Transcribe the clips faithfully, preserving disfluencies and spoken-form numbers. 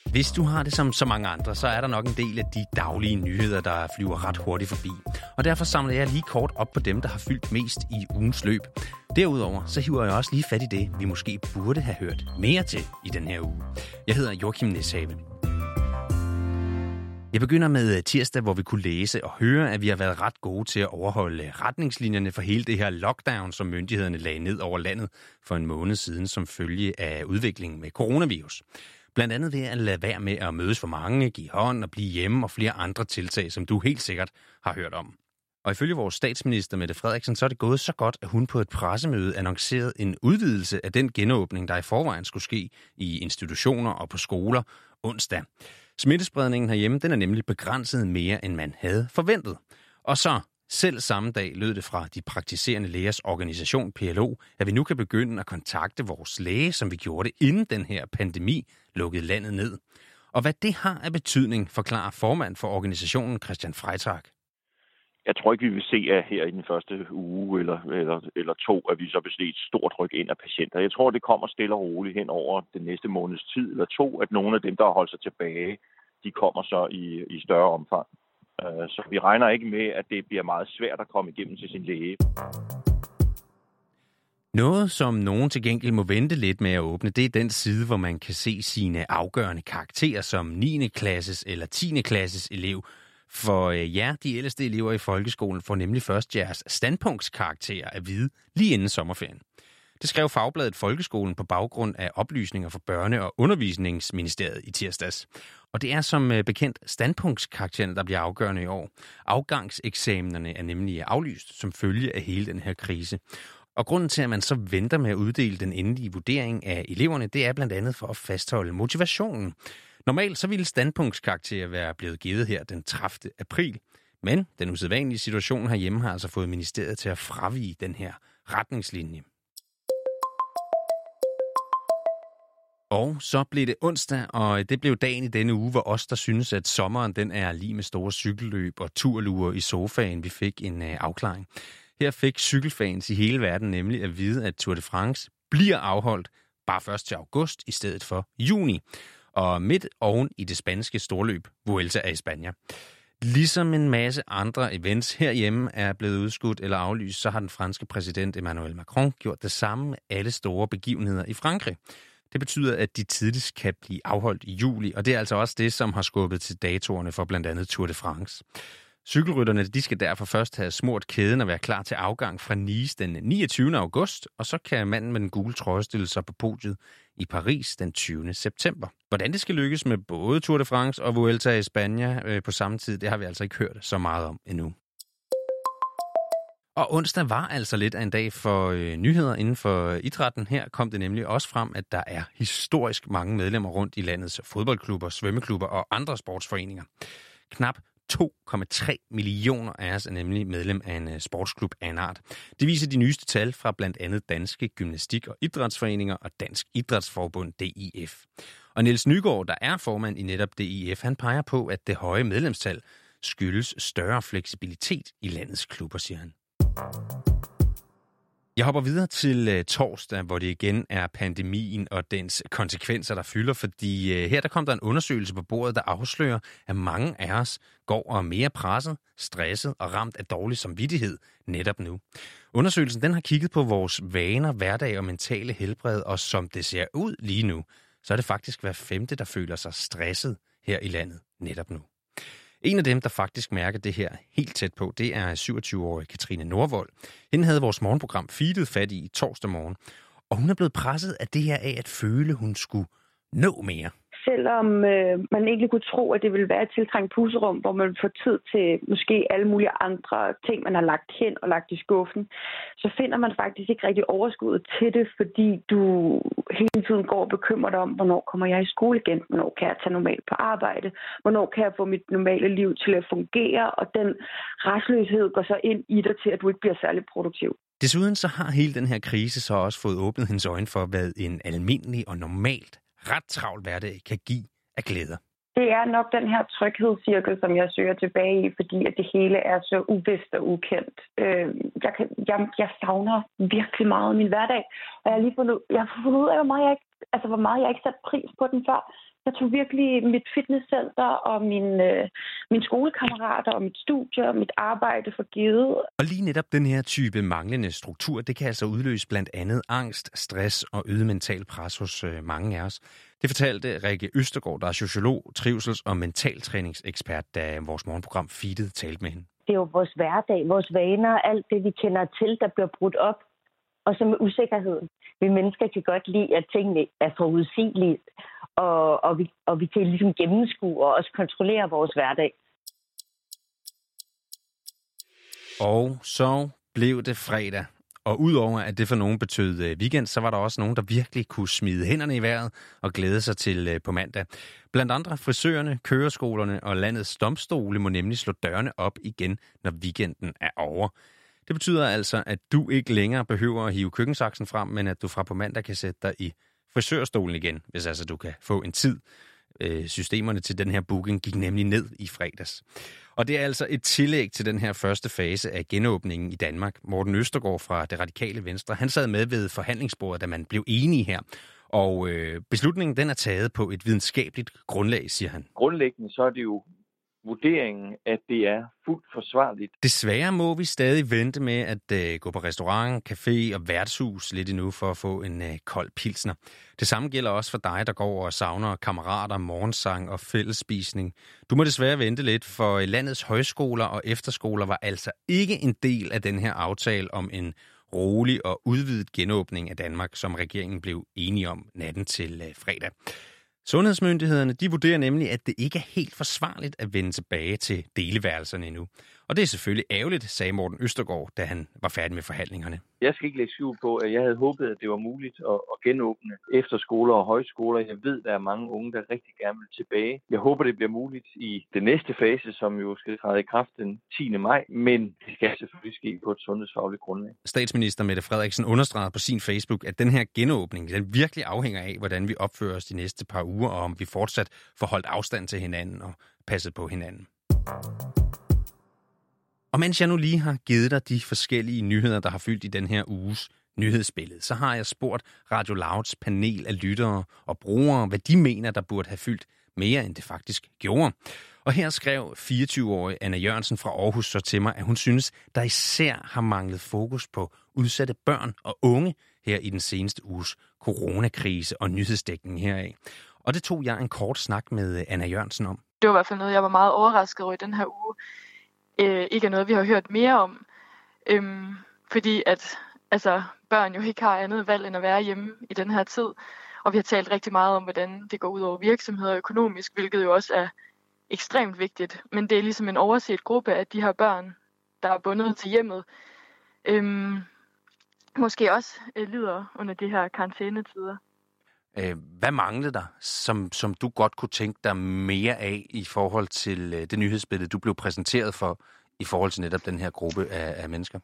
Hvis du har det som så mange andre, så er der nok en del af de daglige nyheder, der flyver ret hurtigt forbi. Og derfor samler jeg lige kort op på dem, der har fyldt mest i ugens løb. Derudover så hiver jeg også lige fat i det, vi måske burde have hørt mere til i den her uge. Jeg hedder Joachim Neshave. Jeg begynder med tirsdag, hvor vi kunne læse og høre, at vi har været ret gode til at overholde retningslinjerne for hele det her lockdown, som myndighederne lagde ned over landet for en måned siden som følge af udviklingen med coronavirus. Blandt andet ved at lade være med at mødes for mange, give hånd og blive hjemme og flere andre tiltag, som du helt sikkert har hørt om. Og ifølge vores statsminister Mette Frederiksen, så er det gået så godt, at hun på et pressemøde annoncerede en udvidelse af den genåbning, der i forvejen skulle ske i institutioner og på skoler onsdag. Smittespredningen herhjemme, den er nemlig begrænset mere, end man havde forventet. Og så, selv samme dag, lød det fra de praktiserende lægers organisation P L O, at vi nu kan begynde at kontakte vores læge, som vi gjorde det inden den her pandemi lukkede landet ned. Og hvad det har af betydning, forklarer formand for organisationen Christian Freitag. Jeg tror ikke, vi vil se, at her i den første uge eller, eller, eller to, at vi så vil se et stort ryk ind af patienter. Jeg tror, det kommer stille og roligt hen over den næste måneds tid eller to, at nogle af dem, der har holdt sig tilbage, de kommer så i, i større omfang. Så vi regner ikke med, at det bliver meget svært at komme igennem til sin læge. Noget, som nogen til gengæld må vente lidt med at åbne, det er den side, hvor man kan se sine afgørende karakterer som niende klasses eller tiende klasses elev. For jer, de ældste elever i folkeskolen, får nemlig først jeres standpunktskarakterer at vide lige inden sommerferien. Det skrev Fagbladet Folkeskolen på baggrund af oplysninger fra Børne- og Undervisningsministeriet i tirsdags. Og det er som bekendt standpunktskaraktererne, der bliver afgørende i år. Afgangseksamenerne er nemlig aflyst som følge af hele den her krise. Og grunden til, at man så venter med at uddele den endelige vurdering af eleverne, det er blandt andet for at fastholde motivationen. Normalt så ville standpunktskarakterer være blevet givet her den tredivte april. Men den usædvanlige situation herhjemme har altså fået ministeriet til at fravige den her retningslinje. Og så blev det onsdag, og det blev dagen i denne uge, hvor os, der synes, at sommeren den er lige med store cykelløb og turlure i sofaen, vi fik en uh, afklaring. Her fik cykelfans i hele verden nemlig at vide, at Tour de France bliver afholdt bare først til august i stedet for juni. Og midt oven i det spanske storløb, Vuelta a España. Ligesom en masse andre events herhjemme er blevet udskudt eller aflyst, så har den franske præsident Emmanuel Macron gjort det samme med alle store begivenheder i Frankrig. Det betyder, at de tidligst kan blive afholdt i juli, og det er altså også det, som har skubbet til datoerne for blandt andet Tour de France. Cykelrytterne de skal derfor først have smurt kæden og være klar til afgang fra Nice den niogtyvende august, og så kan manden med den gule trøje stille sig på podiet i Paris den tyvende september. Hvordan det skal lykkes med både Tour de France og Vuelta a España øh, på samme tid, det har vi altså ikke hørt så meget om endnu. Og onsdag var altså lidt af en dag for øh, nyheder inden for idrætten. Her kom det nemlig også frem, at der er historisk mange medlemmer rundt i landets fodboldklubber, svømmeklubber og andre sportsforeninger. Knap to komma tre millioner af os er nemlig medlem af en sportsklub af en art. Det viser de nyeste tal fra blandt andet Danske Gymnastik- og Idrætsforeninger og Dansk Idrætsforbund D I F. Og Niels Nygaard, der er formand i netop D I F, han peger på, at det høje medlemstal skyldes større fleksibilitet i landets klubber, siger han. Jeg hopper videre til uh, torsdag, hvor det igen er pandemien og dens konsekvenser, der fylder, fordi uh, her der kom der en undersøgelse på bordet, der afslører, at mange af os går og er mere presset, stresset og ramt af dårlig samvittighed netop nu. Undersøgelsen den har kigget på vores vaner, hverdag og mentale helbred, og som det ser ud lige nu, så er det faktisk hver femte, der føler sig stresset her i landet netop nu. En af dem, der faktisk mærker det her helt tæt på, det er syvogtyve-årige Katrine Nordvold. Hende havde vores morgenprogram Feedet fat i torsdag morgen, og hun er blevet presset af det her af at føle, hun skulle nå mere. Selvom øh, man egentlig kunne tro, at det ville være et tiltrængt pusterum, hvor man får tid til måske alle mulige andre ting, man har lagt hen og lagt i skuffen, så finder man faktisk ikke rigtig overskuddet til det, fordi du hele tiden går og bekymrer dig om, hvornår kommer jeg i skole igen, hvornår kan jeg tage normalt på arbejde, hvornår kan jeg få mit normale liv til at fungere, og den restløshed går så ind i dig til, at du ikke bliver særlig produktiv. Desuden så har hele den her krise så også fået åbnet hendes øjne for, hvad en almindelig og normalt ret travl hverdag kan give af glæder. Det er nok den her tryghedscirkel, som jeg søger tilbage i, fordi at det hele er så uvist og ukendt. Øh, jeg, kan, jeg, jeg savner virkelig meget min hverdag, og jeg har lige fundet, jeg har fundet ud af, hvor meget jeg ikke altså hvor meget jeg ikke satte pris på den før. Jeg tog virkelig mit fitnesscenter og mine, øh, mine skolekammerater og mit studie og mit arbejde for givet. Og lige netop den her type manglende struktur, det kan altså udløse blandt andet angst, stress og øget mental pres hos øh, mange af os. Det fortalte Rikke Østergaard, der er sociolog, trivsels- og mentaltræningsekspert, da vores morgenprogram Feedet talte med hende. Det er jo vores hverdag, vores vaner, alt det vi kender til, der bliver brudt op. Og så med usikkerheden. Vi mennesker kan godt lide, at tingene er forudsigelige, og, og, vi, og vi kan ligesom gennemskue og også kontrollere vores hverdag. Og så blev det fredag. Og udover at det for nogen betød weekend, så var der også nogen, der virkelig kunne smide hænderne i vejret og glæde sig til på mandag. Blandt andre frisørerne, køreskolerne og landets domstole må nemlig slå dørene op igen, når weekenden er over. Det betyder altså, at du ikke længere behøver at hive køkkensaksen frem, men at du fra på mandag kan sætte dig i frisørstolen igen, hvis altså du kan få en tid. Systemerne til den her booking gik nemlig ned i fredags. Og det er altså et tillæg til den her første fase af genåbningen i Danmark. Morten Østergaard fra Det Radikale Venstre, han sad med ved forhandlingsbordet, da man blev enige her. Og øh, beslutningen den er taget på et videnskabeligt grundlag, siger han. Grundlæggende så er det jo vurderingen, at det er fuldt forsvarligt. Desværre må vi stadig vente med at øh, gå på restaurant, café og værtshus lidt endnu for at få en øh, kold pilsner. Det samme gælder også for dig, der går og savner kammerater, morgensang og fællesspisning. Du må desværre vente lidt, for landets højskoler og efterskoler var altså ikke en del af den her aftale om en rolig og udvidet genåbning af Danmark, som regeringen blev enige om natten til øh, fredag. Sundhedsmyndighederne de vurderer nemlig, at det ikke er helt forsvarligt at vende tilbage til deleværelserne endnu. Og det er selvfølgelig ærgerligt, sagde Morten Østergaard, da han var færdig med forhandlingerne. Jeg skal ikke lægge skjul på, at jeg havde håbet, at det var muligt at, at genåbne efterskoler og højskoler. Jeg ved, at der er mange unge, der rigtig gerne vil tilbage. Jeg håber, det bliver muligt i den næste fase, som jo skal træde i kraft den tiende maj. Men det skal selvfølgelig ske på et sundhedsfagligt grundlag. Statsminister Mette Frederiksen understregede på sin Facebook, at den her genåbning den virkelig afhænger af, hvordan vi opfører os de næste par uger, og om vi fortsat får holdt afstand til hinanden og passet på hinanden. Og mens jeg nu lige har givet dig de forskellige nyheder, der har fyldt i den her uges nyhedsbillede, så har jeg spurgt Radio Louds panel af lyttere og brugere, hvad de mener, der burde have fyldt mere, end det faktisk gjorde. Og her skrev fireogtyve-årige Anna Jørgensen fra Aarhus så til mig, at hun synes, der især har manglet fokus på udsatte børn og unge her i den seneste uges coronakrise og nyhedsdækning heraf. Og det tog jeg en kort snak med Anna Jørgensen om. Det var i hvert fald noget, jeg var meget overrasket over i den her uge. Øh, ikke er noget, vi har hørt mere om. Øhm, fordi at altså, børn jo ikke har andet valg end at være hjemme i den her tid. Og vi har talt rigtig meget om, hvordan det går ud over virksomheder økonomisk, hvilket jo også er ekstremt vigtigt. Men det er ligesom en overset gruppe af de her børn, der er bundet til hjemmet. Øhm, måske også øh, lider under de her karantænetider. Hvad manglede der, som, som du godt kunne tænke dig mere af i forhold til det nyhedsbillede, du blev præsenteret for i forhold til netop den her gruppe af, af mennesker?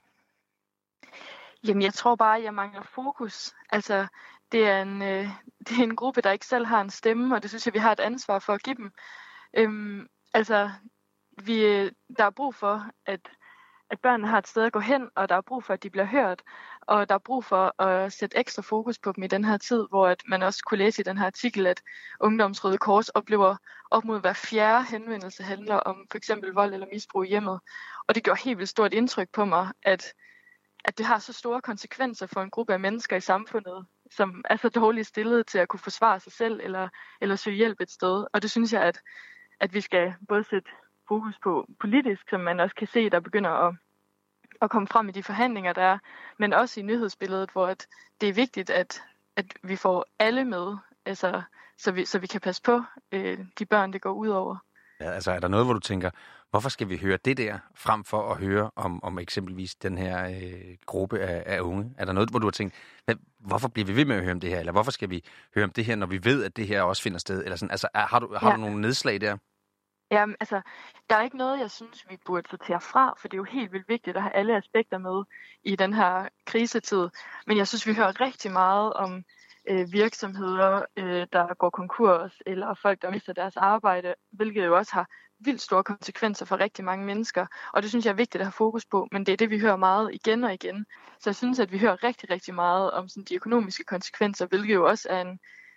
Jamen, jeg tror bare, at jeg mangler fokus. Altså, det er, en, øh, det er en gruppe, der ikke selv har en stemme, og det synes jeg, vi har et ansvar for at give dem. Øhm, altså, vi, der er brug for, at, at børnene har et sted at gå hen, og der er brug for, at de bliver hørt. Og der er brug for at sætte ekstra fokus på dem i den her tid, hvor at man også kunne læse i den her artikel, at Ungdomsrøde Kors oplever op mod hver fjerde henvendelse handler om for eksempel vold eller misbrug i hjemmet. Og det gjorde helt vildt stort indtryk på mig, at, at det har så store konsekvenser for en gruppe af mennesker i samfundet, som er så dårligt stillet til at kunne forsvare sig selv eller, eller søge hjælp et sted. Og det synes jeg, at, at vi skal både sætte fokus på politisk, som man også kan se, der begynder at at komme frem i de forhandlinger, der er, men også i nyhedsbilledet, hvor at det er vigtigt, at, at vi får alle med, altså, så, vi, så vi kan passe på øh, de børn, det går ud over. Ja, altså er der noget, hvor du tænker, hvorfor skal vi høre det der, frem for at høre om, om eksempelvis den her øh, gruppe af, af unge? Er der noget, hvor du har tænkt, hvad, hvorfor bliver vi ved med at høre om det her, eller hvorfor skal vi høre om det her, når vi ved, at det her også finder sted? Eller sådan, altså, er, har du, har ja. du nogle nedslag der? Jamen, altså, der er ikke noget, jeg synes, vi burde sortere fra, for det er jo helt vildt vigtigt at have alle aspekter med i den her krisetid. Men jeg synes, vi hører rigtig meget om øh, virksomheder, øh, der går konkurs, eller folk, der mister deres arbejde, hvilket jo også har vildt store konsekvenser for rigtig mange mennesker. Og det synes jeg er vigtigt at have fokus på, men det er det, vi hører meget igen og igen. Så jeg synes, at vi hører rigtig, rigtig meget om sådan, de økonomiske konsekvenser, hvilket jo også er en,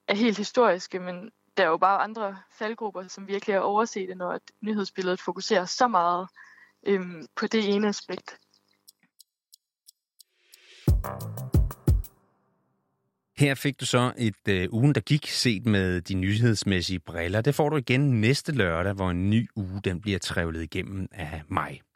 er helt historiske, men der er jo bare andre faldgrupper, som virkelig er overset, når at nyhedsbilledet fokuserer så meget øhm, på det ene aspekt. Her fik du så et øh, ugen, der gik, set med de nyhedsmæssige briller. Det får du igen næste lørdag, hvor en ny uge den bliver trævlet igennem af mig.